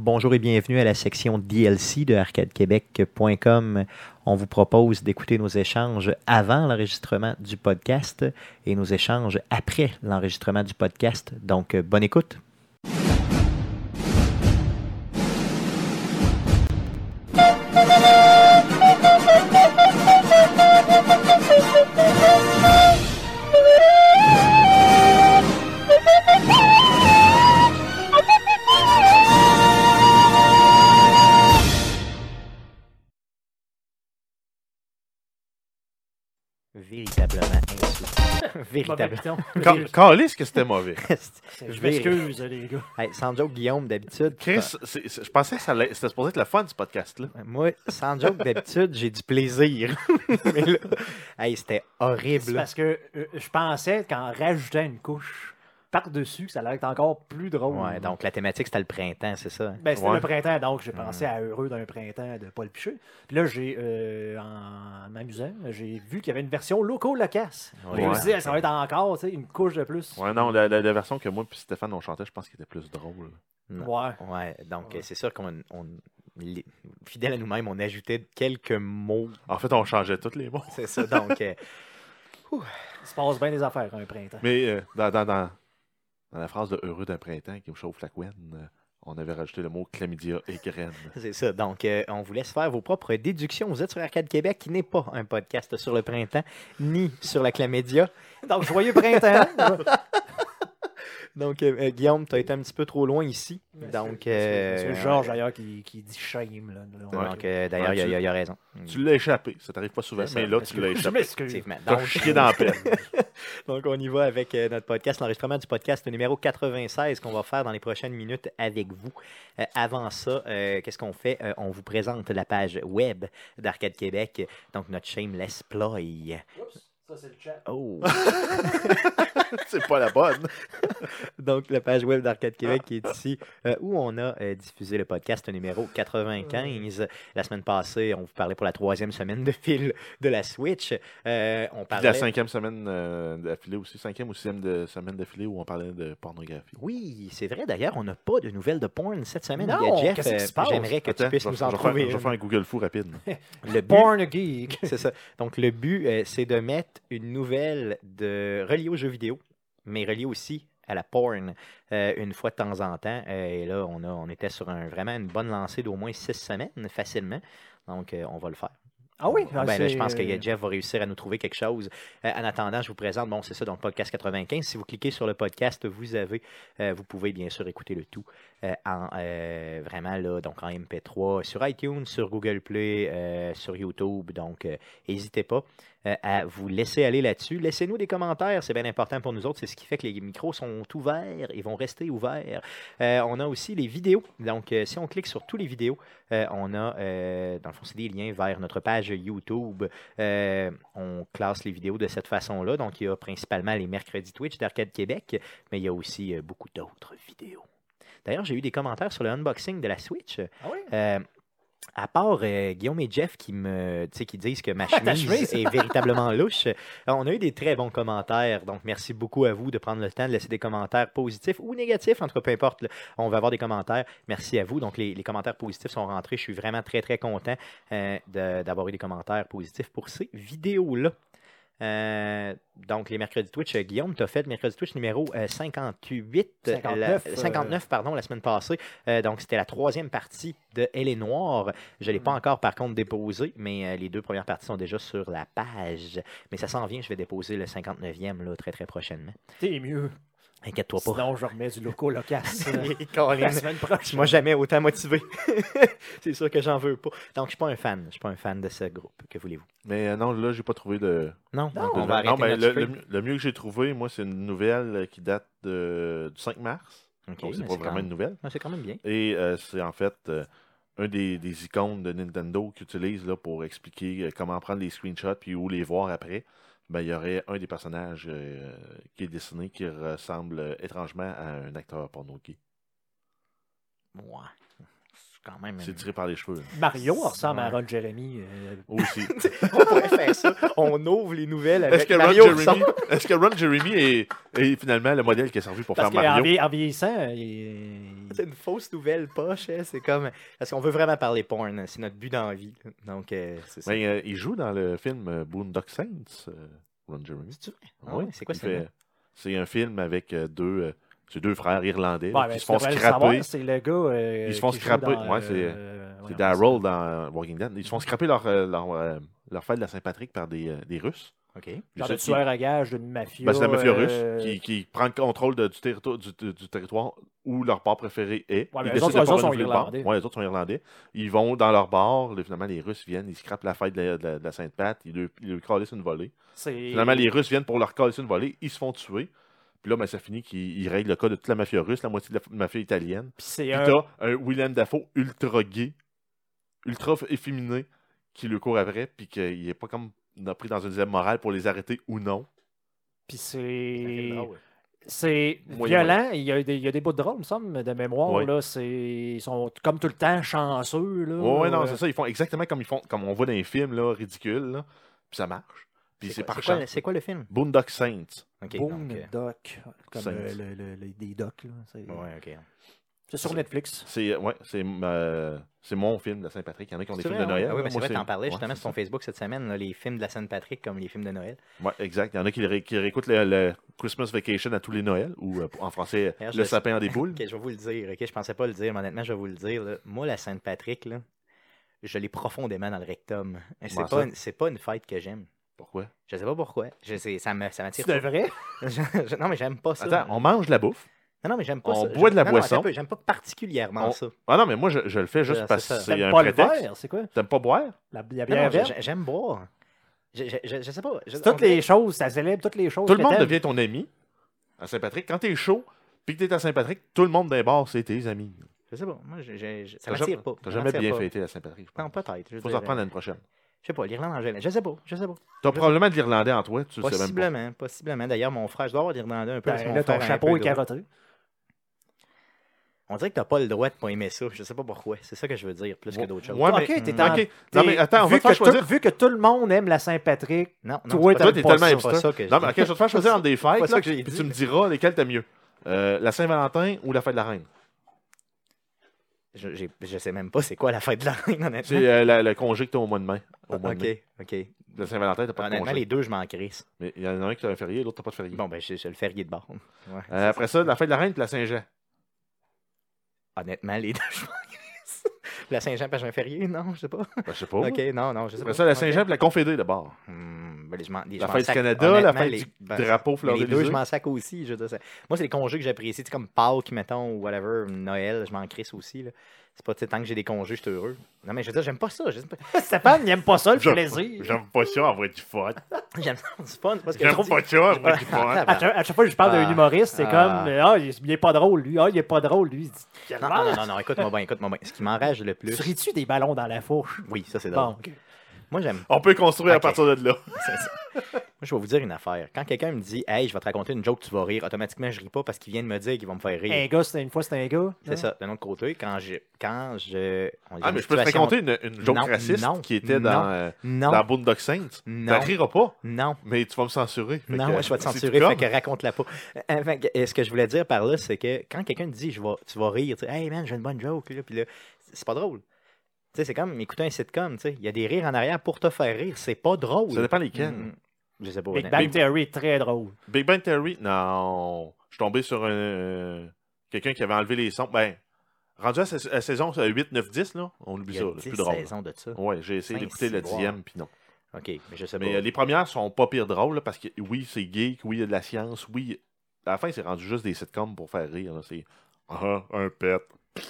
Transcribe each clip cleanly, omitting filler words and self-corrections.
bonjour et bienvenue à la section DLC de arcadequebec.com. On vous propose d'écouter nos échanges avant l'enregistrement du podcast et nos échanges après l'enregistrement du podcast. Donc, bonne écoute. Véritablement insultant. Véritablement. Calisse que c'était mauvais. Je m'excuse, les gars. Hey, sans joke, Guillaume, d'habitude. Chris, je pensais que c'était supposé être le fun, ce podcast-là. Moi, sans joke, d'habitude, j'ai du plaisir. Mais là, hey, c'était horrible. C'est parce que je pensais qu'en rajoutant une couche par-dessus, ça allait être encore plus drôle. Ouais, donc la thématique, c'était le printemps, c'est ça? Ben, c'était Ouais. le printemps, donc j'ai pensé à Heureux d'un printemps de Paul Piché. Puis là, en m'amusant, j'ai vu qu'il y avait une version loco-locace. Ouais. Je me suis dit, ça va être encore une couche de plus. Ouais, non, la version que moi et Stéphane on chantait, je pense qu'elle était plus drôle. Non. Ouais, donc c'est sûr fidèle à nous-mêmes, on ajoutait quelques mots. En fait, on changeait tous les mots. C'est ça, donc... Il se passe bien des affaires un printemps. Mais dans la phrase de Heureux d'un printemps qui me chauffe la couenne, on avait rajouté le mot chlamydia et graines. c'est ça, donc on vous laisse faire vos propres déductions. Vous êtes sur Arcade Québec, qui n'est pas un podcast sur le printemps, ni sur la chlamydia. Donc, joyeux printemps! Donc, Guillaume, tu as été un petit peu trop loin ici. Donc, c'est Georges, d'ailleurs, qui dit shame. Là. Donc, d'ailleurs, il a raison. Tu l'as échappé. Ça t'arrive pas souvent, C'est ça. mais là, tu l'as Je échappé. m'excuse. Effectivement. T'as Donc, chié dans la peine. donc, on y va avec notre podcast, l'enregistrement du podcast numéro 96 qu'on va faire dans les prochaines minutes avec vous. Avant ça, qu'est-ce qu'on fait? On vous présente la page web d'Arcade Québec, donc notre shameless play. Oups, ça, c'est le chat. Oh! C'est pas la bonne. Donc, la page web d'Arcade Québec qui est ici, où on a diffusé le podcast numéro 95. La semaine passée, on vous parlait pour la 3e semaine de fil de la Switch. On Puis parlait... la 5e semaine d'affilée aussi, 5e ou 6e semaine d'affilée où on parlait de pornographie. Oui, c'est vrai. D'ailleurs, on n'a pas de nouvelles de porn cette semaine. Non, Il y a Jeff, qu'est-ce qui se passe? j'aimerais que tu puisses nous en trouver Je vais une. faire un Google fou rapide. Le but, Porn geek. c'est ça. Donc, le but, c'est de mettre une nouvelle reliée aux jeux vidéo, mais reliée aussi à la porn une fois de temps en temps. Et là, on était sur vraiment une bonne lancée d'au moins 6 semaines, facilement. Donc, on va le faire. Ah oui? Ben, là, je pense que Jeff va réussir à nous trouver quelque chose. En attendant, je vous présente, c'est ça, donc podcast 95. Si vous cliquez sur le podcast, vous pouvez bien sûr écouter le tout vraiment là, donc en MP3 sur iTunes, sur Google Play, sur YouTube. Donc, n'hésitez pas à vous laisser aller là-dessus. Laissez-nous des commentaires, c'est bien important pour nous autres. C'est ce qui fait que les micros sont ouverts et vont rester ouverts. On a aussi les vidéos. Donc, si on clique sur tous les vidéos, on a, dans le fond, c'est des liens vers notre page YouTube. On classe les vidéos de cette façon-là. Donc, il y a principalement les mercredis Twitch d'Arcade Québec, mais il y a aussi beaucoup d'autres vidéos. D'ailleurs, j'ai eu des commentaires sur le unboxing de la Switch. Ah oui? À part Guillaume et Jeff qui disent que ma chemise est véritablement louche, on a eu des très bons commentaires. Donc, merci beaucoup à vous de prendre le temps de laisser des commentaires positifs ou négatifs. En tout cas, peu importe, on va avoir des commentaires. Merci à vous. Donc, les commentaires positifs sont rentrés. Je suis vraiment très, très content d'avoir eu des commentaires positifs pour ces vidéos-là. Donc, les mercredis Twitch, Guillaume, tu as fait le mercredi Twitch numéro 59, la semaine passée. Donc, c'était la 3e partie de Elle est noire. Je ne l'ai pas encore, par contre, déposé, mais les 2 premières parties sont déjà sur la page. Mais ça s'en vient, je vais déposer le 59e là, très, très prochainement. T'es mieux. Inquiète-toi pas. Sinon, je remets du loco-locace la Colin, semaine prochaine. tu m'as jamais autant motivé. C'est sûr que j'en veux pas. Donc, je suis pas un fan. Je suis pas un fan de ce groupe. Que voulez-vous? Mais non, là, j'ai pas trouvé de. Non, Non, on va arrêter mais notre stream. le mieux que j'ai trouvé, moi, c'est une nouvelle qui date du 5 mars. Ok, Donc, c'est mais pas vraiment une nouvelle. C'est quand même bien. Et c'est en fait un des icônes de Nintendo qu'ils utilisent là, pour expliquer comment prendre les screenshots puis où les voir après. Ben, il y aurait un des personnages qui est dessiné qui ressemble étrangement à un acteur porno gay. Ouais. quand même. C'est tiré par les cheveux. Mario ressemble à Ouais. Ron Jeremy. Aussi. On pourrait faire ça. On ouvre les nouvelles Est-ce avec que, Mario Ron Jeremy est finalement le modèle qui a servi pour Parce faire qu'en Mario? en vieillissant, C'est une fausse nouvelle poche. Hein. C'est comme. Parce qu'on veut vraiment parler porn. Hein. C'est notre but dans la vie. Donc, c'est ça. Ben, il joue dans le film Boondock Saints, Ron Jeremy. C'est-tu vrai? Ah Oui, ouais, c'est quoi il ça? c'est un film avec c'est deux frères irlandais ouais, qui ben, se font tu devrais le scraper. savoir, c'est le gars. Ils se font qui joue scraper. dans, Ouais, c'est voyons, Daryl dans Walking Dead. Ils se font scraper leur fête de la Saint-Patrick par des Russes. OK. Genre Je de sais tueur à gage d'une mafia. Ben, c'est la mafia euh, russe qui prend le contrôle du territoire où leur bar préféré est. Ouais, mais Ils eux autres, décident de pas eux autres sont renouveler le bar. irlandais. Ouais, les autres sont irlandais. Ils vont dans leur bar. Finalement, les Russes viennent, ils scrapent la fête de la Sainte-Pat. Ils lui calissent une volée. Finalement, les Russes viennent pour leur calisser une volée. Ils se font tuer. Puis là, ben, ça finit qu'ils règlent le cas de toute la mafia russe, la moitié de la mafia italienne. Puis c'est Puis un. t'as un Willem Dafoe ultra gay, ultra efféminé, qui lui court après, puis qu'il est pas comme pris dans une dilemme morale pour les arrêter ou non. Puis Ah c'est Moyen, violent. Il y a des bouts de drôle, il me semble, de mémoire. Ouais. Là, ils sont comme tout le temps chanceux. Là, Ouais, non, c'est ça. Ils font exactement comme on voit dans les films, là, ridicules. Là. Puis ça marche. Puis c'est par chance. C'est quoi le film? Boondock Saints. OK. Boom, donc, Doc. Comme Saints. des docs. Là. C'est ouais, OK. c'est sur Netflix. C'est mon film de Saint-Patrick. Il y en a qui ont des C'est films vrai, de ouais. Noël. Ah oui, mais Moi, c'est vrai, t'en parlais ouais, justement c'est sur ton Facebook cette semaine, là, les films de la Sainte-Patrick comme les films de Noël. ça. Ouais, exact. Il y en a qui réécoutent le Christmas Vacation à tous les Noëls, ou en français, D'ailleurs, Le je- sapin en des boules. OK, je vais vous le dire. OK, je pensais pas le dire, mais honnêtement, je vais vous le dire. Là. Moi, la Sainte-Patrick, là, je l'ai profondément dans le rectum. Et Comment c'est pas une fête que j'aime. Pourquoi? Je sais pas pourquoi. Ça m'attire C'est pas. vrai? Non, mais j'aime pas ça. Attends, on mange de la bouffe. Non, mais j'aime pas on ça. boit de la Non, boisson. attends un peu, j'aime pas particulièrement On- ça. Ah non, mais moi, je le fais juste C'est parce ça. que c'est T'aimes un pas le prétexte. verre, c'est quoi? T'aimes pas boire? La Non, bière non, verte? j'aime boire. Je sais pas. C'est toutes les choses, ça célèbre toutes les choses. Tout le que monde t'aimes. devient ton ami à Saint-Patrick. Quand t'es chaud, puis que t'es à Saint-Patrick, tout le monde d'un bar, c'est tes amis. Je sais pas. Moi, ça T'as m'attire jamais- pas. T'as Ça jamais m'attire bien pas. fêté à Saint-Patrick. je pense. Non, peut-être. Je veux Faut dire, s'en reprendre l'année prochaine. Je sais pas, l'Irlande en général. Je sais pas. T'as probablement de l'Irlandais en toi, tu le sais même pas. Possiblement, possiblement. D'ailleurs, mon frère, je dois avoir l'Irlandais un peu. parce que Ben, mon là, ton frère a un chapeau peu est de- carotté. On dirait que t'as pas le droit de pas aimer ça. Je sais pas pourquoi. C'est ça que je veux dire, plus que d'autres choses. Ouais, mais, Ok, t'es Mm. en- ok. Non, mais attends, on va vu, te faire que choisir. vu que tout le monde aime la Saint-Patrick, Non, non, Toi, c'est pas- Toi, t'es pas tellement ça, c'est pas hipster. ça que je Non, mais dis. ok, je vais te faire choisir entre des pas fêtes, ça là, que j'ai puis dit. tu me diras lesquelles t'as mieux. La Saint-Valentin ou la fête de la Reine? Je sais même pas c'est quoi la fête de la reine, honnêtement. C'est le congé que t'as au mois de mai. Au mois de mai. Ok. La Saint-Valentin, t'as pas de Honnêtement, congé. les deux, je m'en crisse. Mais il y en a un qui a un férié, l'autre t'as pas de férié. Bon, ben, j'ai le férié de bord. Ouais. Après ça, la fête de la Reine et la Saint-Jean. Honnêtement, les deux, je m'en crisse. La Saint-Jean, parce que j'ai un férié, non, je sais pas. Ben, je sais pas. Ok, non, je sais pas. Après ça, la Ok. Saint-Jean et la Confédée d'abord. Ben, La m'en fête du sac- Canada, la honnêtement, fête les- du ben, drapeau fleur mais les deux, d'Élysée. je m'en sac aussi. Je veux dire, moi, c'est les congés que j'apprécie. C'est comme Pâques, mettons, ou whatever, Noël, je m'en crisse aussi. Là. C'est pas, tu sais, tant que j'ai des congés, je suis heureux. Non, mais je veux dire, j'aime pas ça. J'aime pas- Stéphane, il aime pas ça, le J'aime- plaisir. J'aime pas ça, en vrai, du fun. J'aime ça, c'est fun. c'est pas ce que J'aime je dis. pas ça, en vrai, du fun. À chaque fois que je parle d'un humoriste, c'est Ah. comme il est pas drôle, lui. Ah, il est pas drôle, lui. Il dit, Non, écoute-moi bien. Ce qui m'enrage le plus. Tu ris-tu des ballons dans la fourche? Oui, ça, c'est drôle. Bon, ok. Moi, j'aime. On peut construire à Ok. partir de là. Moi, je vais vous dire une affaire. Quand quelqu'un me dit, hey, je vais te raconter une joke, tu vas rire, automatiquement, je ris pas parce qu'il vient de me dire qu'il va me faire rire. Un gars, c'était une fois, c'était un gars. C'est ça. D'un autre côté, quand je. on est dans Ah, une mais je peux te situation- raconter une joke Non, raciste non, qui était dans Non, Boondock Saints. non, Tu riras pas, non. mais tu vas me censurer. Fait Non, que, moi, je vais te c'est censurer, tout fait comme. que raconte-la pas. Ce que je voulais dire par là, c'est que quand quelqu'un te dit, tu vas rire, tu sais, hey man, j'ai une bonne joke, là, puis là, c'est pas drôle. Tu sais, c'est comme écouter un sitcom, tu sais. Il y a des rires en arrière pour te faire rire, c'est pas drôle. Ça dépend lesquels. Je sais pas. Big honnêtement. Bang Theory est très drôle. Big Bang Theory, non. Je suis tombé sur quelqu'un qui avait enlevé les sons. Ben, rendu à la saison 8, 9, 10, là, on oublie Il y ça, a là, c'est 10 plus drôle. saisons de ça. Ouais, j'ai essayé Cinq, d'écouter le six, 10e, puis non. OK, mais je sais pas. Mais les premières sont pas pire drôles, là, parce que oui, c'est geek, oui, il y a de la science, oui. À la fin, c'est rendu juste des sitcoms pour faire rire. là. C'est un pet.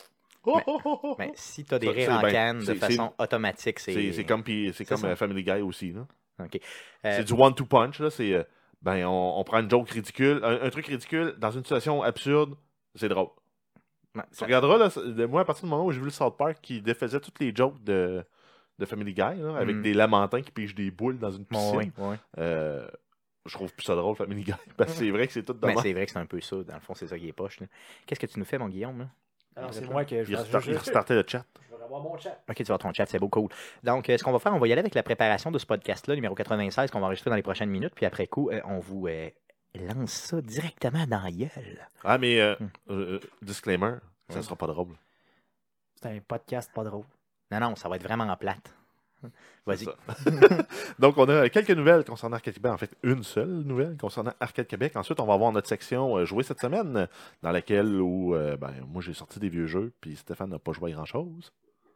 Mais si t'as des Ça, rires c'est en ben- canne de c'est- façon automatique, c'est... C'est comme, ça. Family Guy aussi. Là. OK. C'est du one-two punch. Là. C'est, on prend une joke ridicule, un truc ridicule dans une situation absurde, c'est drôle. Ouais, Tu ça- regarderas, là, moi, à partir du moment où j'ai vu le South Park qui défaisait toutes les jokes de Family Guy, là, avec des lamentins qui pigent des boules dans une piscine, ouais. je trouve plus ça drôle, Family Guy. Parce que c'est vrai que c'est tout Mais dommage. c'est vrai que c'est un peu ça. Dans le fond, c'est ça qui est poche. Là. Qu'est-ce que tu nous fais, mon Guillaume? Là? Alors, c'est moi qui Il restartait le chat. Je vais avoir mon chat. OK, tu vas avoir ton chat, c'est beau, cool. Donc, ce qu'on va faire, on va y aller avec la préparation de ce podcast-là, numéro 96, qu'on va enregistrer dans les prochaines minutes. Puis après coup, on vous lance ça directement dans la gueule. Ah, mais disclaimer, ça sera pas drôle. C'est un podcast pas drôle. Non, ça va être vraiment plate. Vas-y. Donc, on a quelques nouvelles concernant Arcade Québec. En fait, une seule nouvelle concernant Arcade Québec. Ensuite, on va avoir notre section Jouer cette semaine, dans laquelle moi, j'ai sorti des vieux jeux, puis Stéphane n'a pas joué à grand-chose.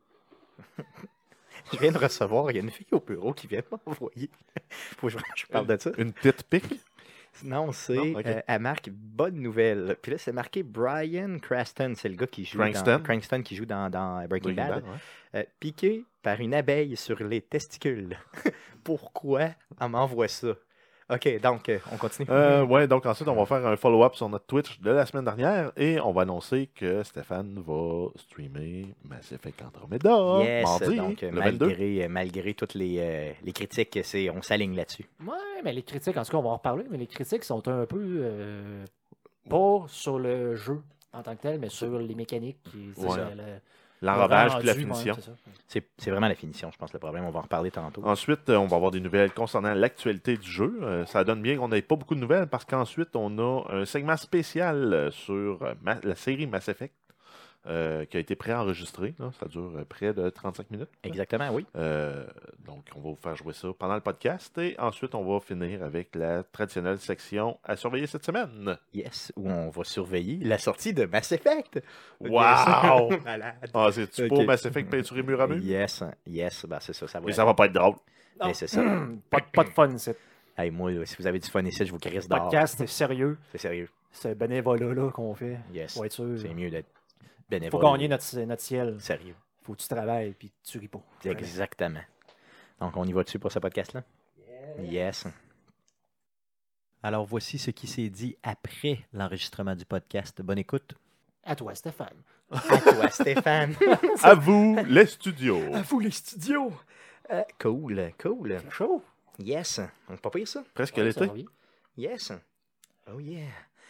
Je viens de recevoir, il y a une fille au bureau qui vient m'envoyer. Faut que je parle de ça. Une petite pique. Non, c'est. Okay. Elle marque bonne nouvelle. Puis là, c'est marqué Bryan Cranston. C'est le gars qui joue Cranston qui joue dans Breaking Bad. Ouais. Piqué par une abeille sur les testicules. Pourquoi elle m'envoie ça? OK, donc, on continue. Ouais, donc ensuite, on va faire un follow-up sur notre Twitch de la semaine dernière et on va annoncer que Stéphane va streamer Mass Effect Andromeda mardi, donc, le 22. Malgré toutes les critiques, on s'aligne là-dessus. Ouais, mais les critiques, en tout cas, on va en reparler, mais les critiques sont un peu pas sur le jeu en tant que tel, mais sur les mécaniques. L'enrobage puis la finition. C'est vraiment la finition, je pense, le problème. On va en reparler tantôt. Ensuite, on va avoir des nouvelles concernant l'actualité du jeu. Ça donne bien qu'on n'ait pas beaucoup de nouvelles parce qu'ensuite, on a un segment spécial sur la série Mass Effect qui a été préenregistré. Ça dure près de 35 minutes. Exactement, oui. Donc, on va vous faire jouer ça pendant le podcast. Et ensuite, on va finir avec la traditionnelle section à surveiller cette semaine. Yes, où on va surveiller la sortie de Mass Effect. Wow! Malade. Ah, c'est-tu pour Mass Effect peinturé mur à mur? Yes, ben, c'est ça. Mais ça va pas être drôle. Mais c'est ça. pas de fun, c'est. Hey, moi, là, si vous avez du fun ici, je vous crisse dehors. Podcast, c'est sérieux. C'est sérieux. C'est bénévolat qu'on fait. Yes. Pour être sûr. C'est mieux d'être bénévole. Faut gagner notre ciel. Sérieux. Faut que tu travailles puis tu ris pas. Exactement. Donc, on y va dessus pour ce podcast-là? Yes. Alors, voici ce qui s'est dit après l'enregistrement du podcast. Bonne écoute. À toi, Stéphane. À toi, Stéphane. À vous, les studios. À vous, les studios. Cool. C'est chaud. Yes. On peut pas pire ça? Presque l'été. Yes. Oh yeah.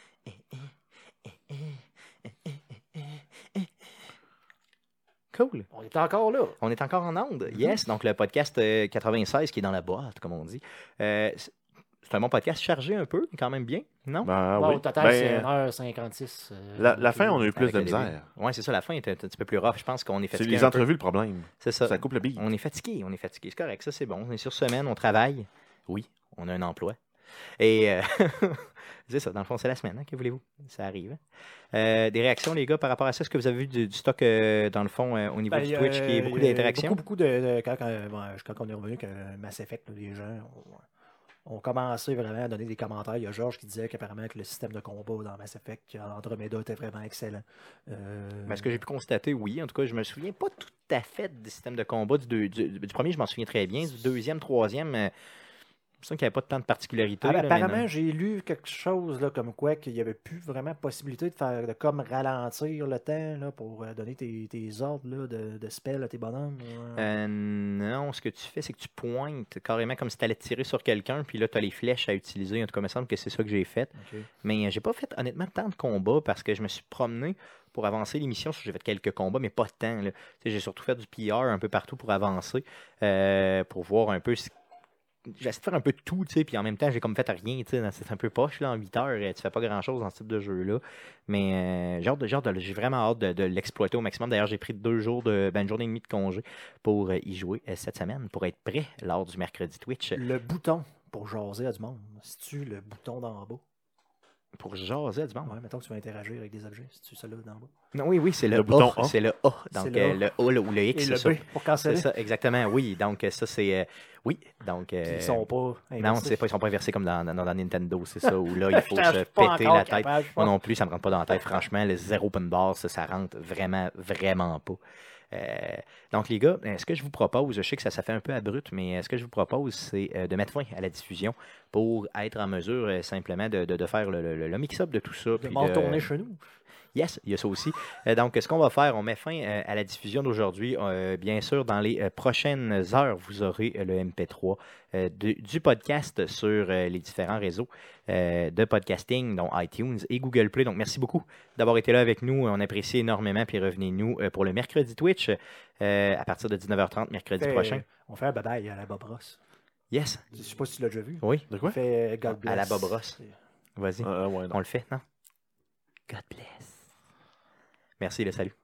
Cool. On est encore là. On est encore en onde. Yes. Donc, le podcast 96 qui est dans la boîte, comme on dit. C'est un bon podcast chargé un peu, mais quand même bien, non? Au total, c'est 1h56. La fin, on a eu plus de misère. Oui, c'est ça. La fin est un petit peu plus rough. Je pense qu'on est fatigué. C'est les entrevues le problème. C'est ça. Ça coupe le beat. On est fatigué. C'est correct. Ça, c'est bon. On est sur semaine, on travaille. Oui, on a un emploi. Et c'est ça. Dans le fond, c'est la semaine. Hein, que voulez-vous? Ça arrive. Des réactions, les gars, par rapport à ça? Est-ce que vous avez vu du stock, dans le fond, au niveau du Twitch, qui est beaucoup d'interactions? Beaucoup de... Quand on est revenu que Mass Effect, les gens ont commencé vraiment à donner des commentaires. Il y a Georges qui disait qu'apparemment que le système de combat dans Mass Effect Andromeda était vraiment excellent. Mais ce que j'ai pu constater, oui. En tout cas, je me souviens pas tout à fait du système de combat. Du premier, je m'en souviens très bien. Du deuxième, troisième... Je sens qu'il n'y avait pas tant de particularités. Apparemment, j'ai lu quelque chose là, comme quoi qu'il n'y avait plus vraiment possibilité de comme ralentir le temps là, pour donner tes ordres là, de spell à tes bonhommes. Non, ce que tu fais, c'est que tu pointes carrément comme si tu allais tirer sur quelqu'un, puis là, tu as les flèches à utiliser. En tout cas, il me semble que c'est ça que j'ai fait. Okay. Mais j'ai pas fait honnêtement tant de combats parce que je me suis promené pour avancer l'émission. J'ai fait quelques combats, mais pas tant. J'ai surtout fait du PR un peu partout pour avancer, pour voir un peu j'ai essayé de faire un peu de tout, tu sais, puis en même temps, j'ai comme fait rien, tu sais, c'est un peu poche, là, en 8 heures, tu fais pas grand-chose dans ce type de jeu-là, mais j'ai vraiment hâte de l'exploiter au maximum. D'ailleurs, j'ai pris une journée et demie de congé pour y jouer cette semaine, pour être prêt lors du mercredi Twitch. Le bouton pour jaser à du monde, c'est-tu le bouton d'en bas? Pour jaser à du monde? Ouais, mettons que tu vas interagir avec des objets, c'est-tu celui-là d'en bas? Non, oui, c'est le bouton A. C'est le A. Donc, le A ou le X, c'est ça. B pour canceller. C'est ça, exactement, oui. Donc, ça, c'est... oui, donc... Ils sont pas inversés. Non, ils sont pas inversés comme dans Nintendo, c'est ça, où là, il faut se péter la tête. Moi non plus, ça me rentre pas dans la tête. Franchement, le zéro open bar, ça rentre vraiment, vraiment pas. Donc, les gars, ce que je vous propose, je sais que ça fait un peu abrupt, mais ce que je vous propose, c'est de mettre fin à la diffusion pour être en mesure simplement de faire le mix-up de tout ça. De m'en tourner chez nous. Yes, il y a ça aussi. Donc, ce qu'on va faire, on met fin à la diffusion d'aujourd'hui. Bien sûr, dans les prochaines heures, vous aurez le MP3 du podcast sur les différents réseaux de podcasting, dont iTunes et Google Play. Donc, merci beaucoup d'avoir été là avec nous. On apprécie énormément. Puis revenez-nous pour le mercredi Twitch à partir de 19h30, mercredi prochain. On fait un bye-bye à la Bob Ross. Yes. Je ne sais pas si tu l'as déjà vu. Oui. De quoi? On fait God Bless. À la Bob Ross. Vas-y. Ouais, On le fait, non? God bless. Merci, le salut.